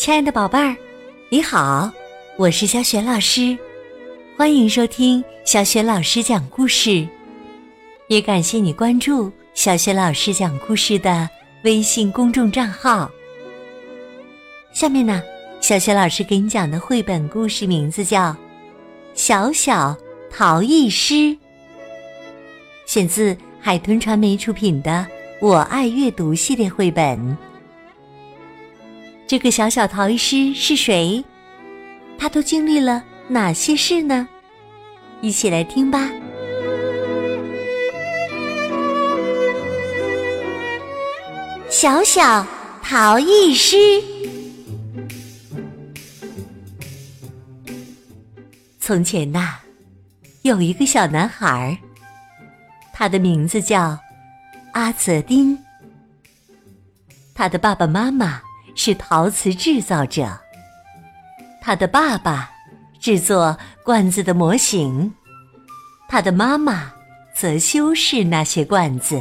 亲爱的宝贝儿，你好，我是小雪老师，欢迎收听小雪老师讲故事，也感谢你关注小雪老师讲故事的微信公众账号。下面呢，小雪老师给你讲的绘本故事名字叫《小小陶艺师》，选自海豚传媒出品的《我爱阅读》系列绘本。这个小小陶艺师是谁？他都经历了哪些事呢？一起来听吧。小小陶艺师。从前呐，有一个小男孩，他的名字叫阿泽丁。他的爸爸妈妈是陶瓷制造者，他的爸爸制作罐子的模型，他的妈妈则修饰那些罐子。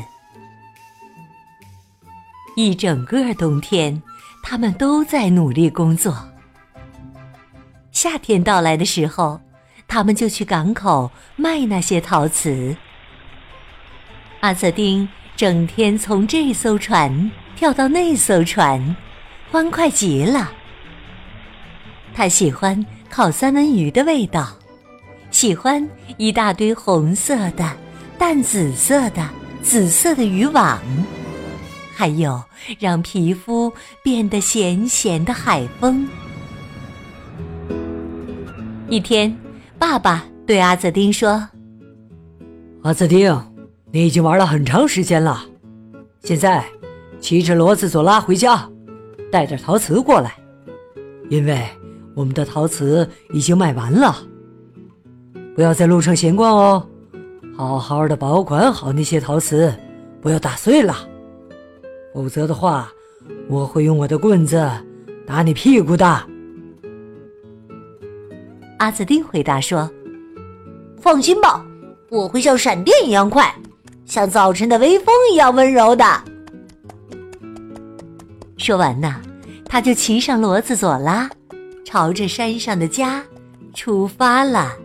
一整个冬天，他们都在努力工作。夏天到来的时候，他们就去港口卖那些陶瓷。阿泽丁整天从这艘船跳到那艘船，欢快极了。他喜欢烤三文鱼的味道，喜欢一大堆红色的、淡紫色的、紫色的渔网，还有让皮肤变得咸咸的海风。一天，爸爸对阿泽丁说： 阿泽丁，你已经玩了很长时间了，现在骑着骡子走拉回家，带点陶瓷过来，因为我们的陶瓷已经卖完了。不要在路上闲逛哦，好好的保管好那些陶瓷，不要打碎了，否则的话，我会用我的棍子打你屁股的。 阿泽丁回答说：放心吧，我会像闪电一样快，像早晨的微风一样温柔的。说完呢，他就骑上骡子左拉，朝着山上的家出发了。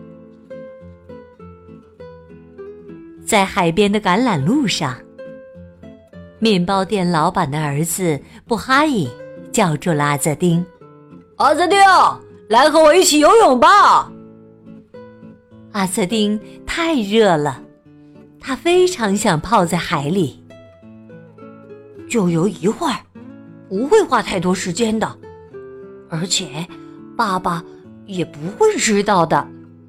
在海边的橄榄路上，面包店老板的儿子布哈伊叫住了阿泽丁： 阿泽丁，来和我一起游泳吧。 阿泽丁太热了，他非常想泡在海里。 就游一会儿，不会花太多时间的，而且爸爸也不会知道的。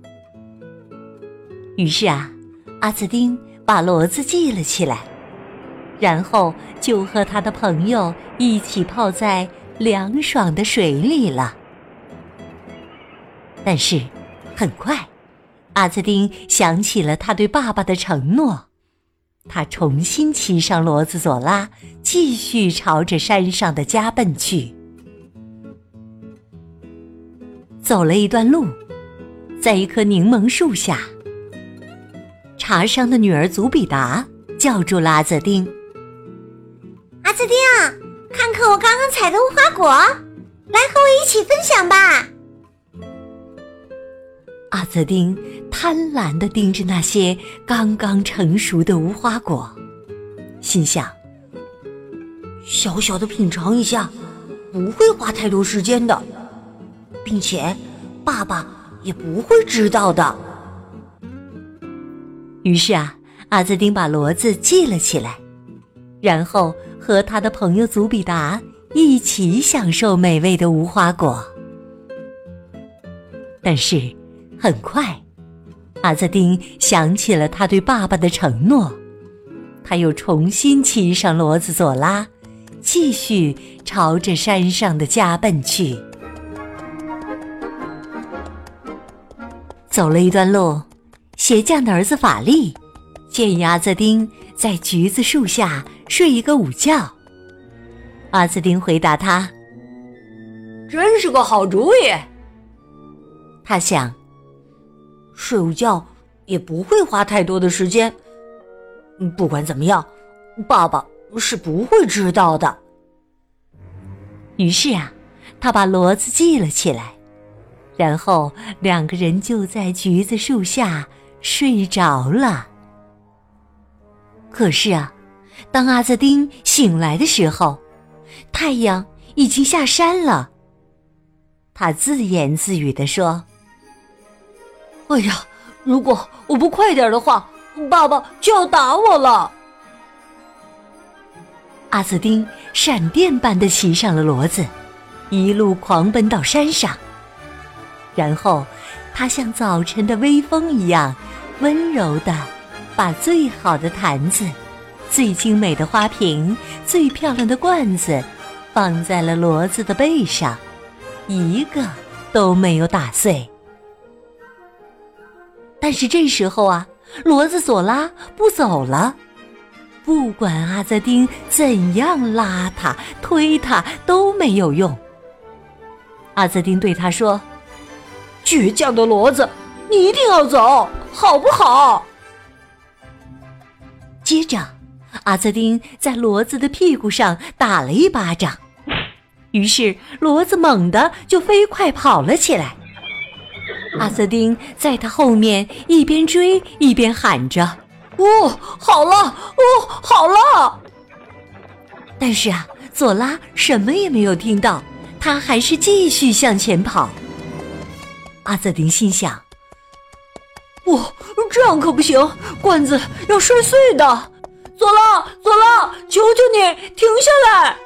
于是啊，阿泽丁把骡子系了起来，然后就和他的朋友一起泡在凉爽的水里了。但是很快，阿泽丁想起了他对爸爸的承诺，他重新骑上骡子左拉，继续朝着山上的家奔去。走了一段路，在一棵柠檬树下，茶商的女儿祖比达叫住了阿泽丁： 阿泽丁，看看我刚刚采的无花果，来和我一起分享吧。 阿泽丁贪婪地盯着那些刚刚成熟的无花果，心想： 小小的品尝一下，不会花太多时间的，并且爸爸也不会知道的。 于是啊，阿泽丁把骡子系了起来，然后和他的朋友祖比达一起享受美味的无花果。但是很快，阿泽丁想起了他对爸爸的承诺，他又重新骑上骡子左拉，继续朝着山上的家奔去。走了一段路，鞋匠的儿子法力建议阿泽丁在橘子树下睡一个午觉。阿泽丁回答他： 真是个好主意。 他想， 睡午觉也不会花太多的时间，不管怎么样，爸爸是不会知道的。 于是啊， 他把骡子系了起来，然后两个人就在橘子树下睡着了。可是啊，当阿兹丁醒来的时候，太阳已经下山了。他自言自语地说： 哎呀，如果我不快点的话，爸爸就要打我了。 阿兹丁闪电般地骑上了骡子，一路狂奔到山上。然后他像早晨的微风一样，温柔地把最好的坛子、最精美的花瓶、最漂亮的罐子放在了骡子的背上，一个都没有打碎。但是这时候啊，骡子索拉不走了，不管阿兹丁怎样拉他、推他都没有用。阿兹丁对他说： 倔强的骡子，你一定要走，好不好？ 接着阿兹丁在骡子的屁股上打了一巴掌，于是骡子猛地就飞快跑了起来。阿兹丁在他后面一边追一边喊着： 哦，好了，哦，好了。 但是啊，索拉什么也没有听到，他还是继续向前跑。阿兹丁心想： 这样可不行，罐子要摔碎的。索拉，索拉，求求你停下来！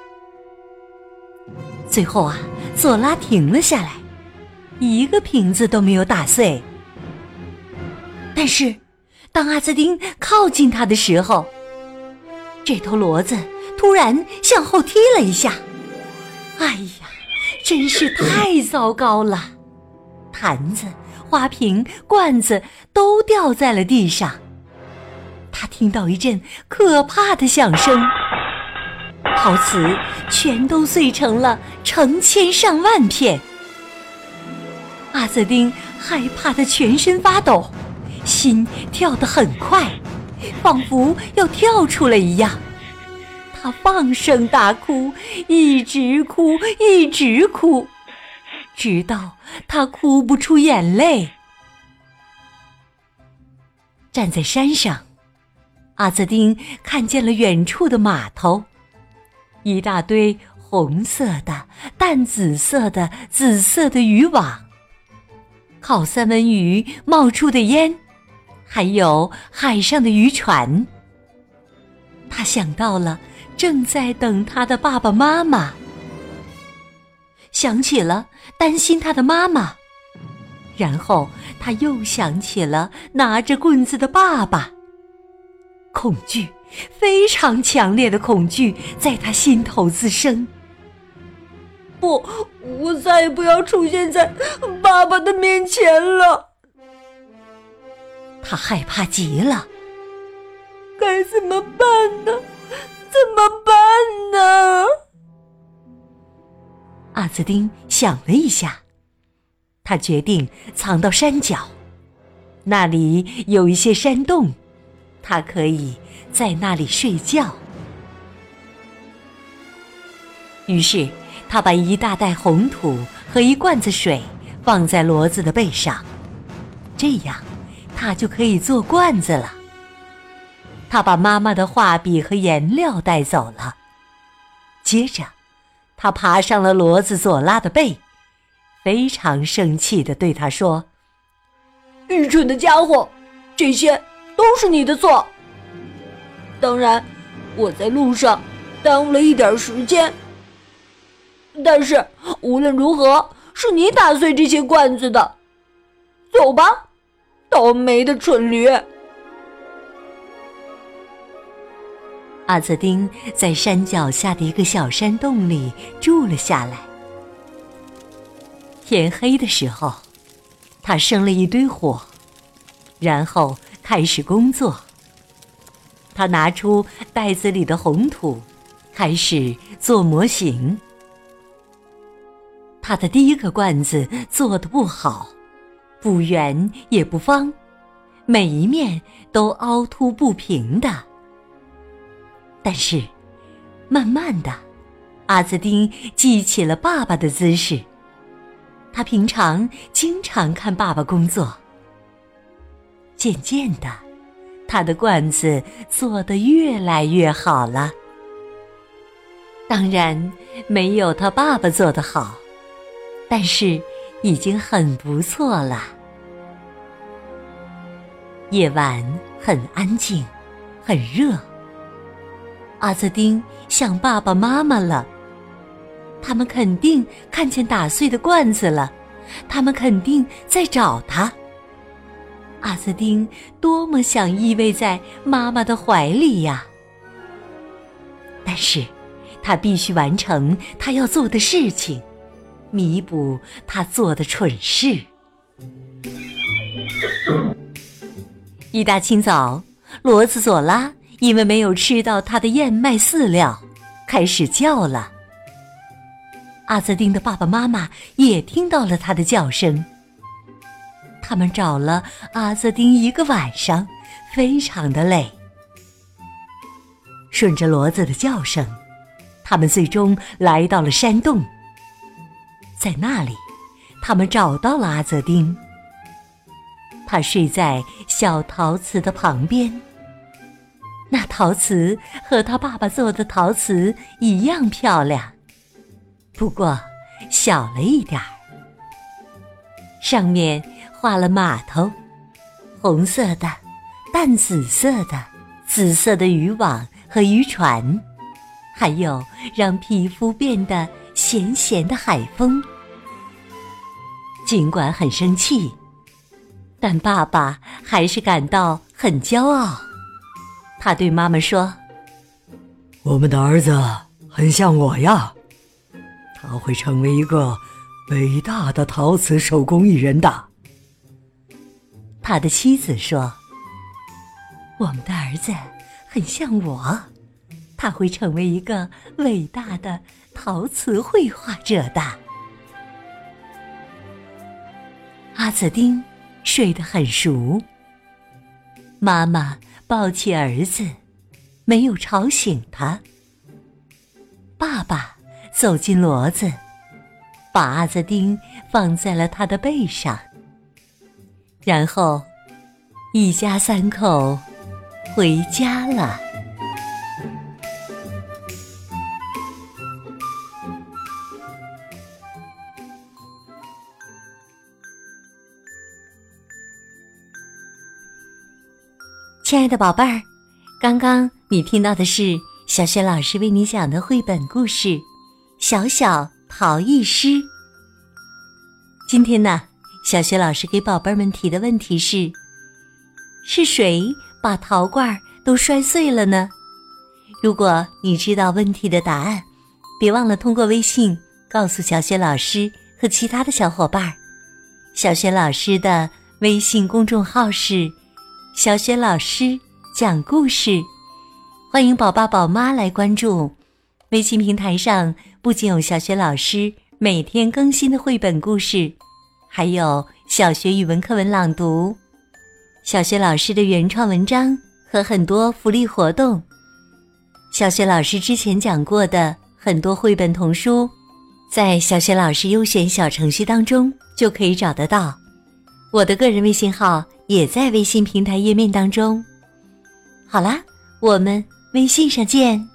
最后啊，索拉停了下来，一个瓶子都没有打碎。但是当阿兹丁靠近他的时候，这头骡子突然向后踢了一下。哎呀，真是太糟糕了！坛子、花瓶、罐子都掉在了地上。他听到一阵可怕的响声，陶瓷全都碎成了成千上万片。阿兹丁害怕得全身发抖，心跳得很快，仿佛要跳出来一样。他放声大哭，一直哭，一直哭，直到他哭不出眼泪。站在山上，阿兹丁看见了远处的码头，一大堆红色的、淡紫色的、紫色的渔网，烤三文鱼冒出的烟，还有海上的渔船。他想到了正在等他的爸爸妈妈，想起了担心他的妈妈，然后他又想起了拿着棍子的爸爸。恐惧，非常强烈的恐惧在他心头滋生。 不，我再也不要出现在爸爸的面前了。 他害怕极了。 该怎么办呢？怎么办呢？ 阿兹丁想了一下，他决定藏到山脚，那里有一些山洞，他可以在那里睡觉。于是他把一大袋红土和一罐子水放在骡子的背上，这样他就可以做罐子了。他把妈妈的画笔和颜料带走了，接着他爬上了骡子索拉的背，非常生气地对他说： 愚蠢的家伙，这些都是你的错。当然，我在路上耽误了一点时间，但是无论如何，是你打碎这些罐子的。走吧，倒霉的蠢驴。 阿兹丁在山脚下的一个小山洞里住了下来。天黑的时候，他生了一堆火，然后开始工作。他拿出袋子里的红土，开始做模型。他的第一个罐子做得不好，不圆也不方，每一面都凹凸不平的。但是慢慢的， 阿兹丁记起了爸爸的姿势。他平常经常看爸爸工作。渐渐的，他的罐子做得越来越好了。当然，没有他爸爸做得好，但是已经很不错了。夜晚很安静，很热。阿兹丁想爸爸妈妈了。他们肯定看见打碎的罐子了，他们肯定在找他。阿兹丁多么想依偎在妈妈的怀里呀！但是，他必须完成他要做的事情，弥补他做的蠢事。一大清早，骡子佐拉因为没有吃到他的燕麦饲料，开始叫了。阿兹丁的爸爸妈妈也听到了他的叫声。他们找了阿兹丁一个晚上，非常的累。顺着骡子的叫声，他们最终来到了山洞。在那里，他们找到了阿兹丁。他睡在小陶瓷的旁边。那陶瓷和他爸爸做的陶瓷一样漂亮，不过小了一点儿。上面画了码头，红色的、淡紫色的、紫色的渔网和渔船，还有让皮肤变得咸咸的海风。尽管很生气，但爸爸还是感到很骄傲。他对妈妈说：“ 我们的儿子很像我呀，他会成为一个伟大的陶瓷手工艺人的。” 他的妻子说：“我们的儿子很像我，他会成为一个伟大的陶瓷绘画者的。”阿兹丁睡得很熟。妈妈抱起儿子，没有吵醒他。爸爸走进骡子，把阿兹丁放在了他的背上，然后一家三口回家了。亲爱的宝贝儿，刚刚你听到的是小雪老师为你讲的绘本故事《小小陶艺师》。今天呢，小雪老师给宝贝们提的问题是：是谁把陶罐都摔碎了呢？如果你知道问题的答案，别忘了通过微信告诉小雪老师和其他的小伙伴。小雪老师的微信公众号是小雪老师讲故事，欢迎宝爸宝妈来关注。微信平台上不仅有小雪老师每天更新的绘本故事，还有小学语文课文朗读，小雪老师的原创文章和很多福利活动。小雪老师之前讲过的很多绘本童书，在小雪老师优选小程序当中就可以找得到。我的个人微信号也在微信平台页面当中。好啦，我们微信上见。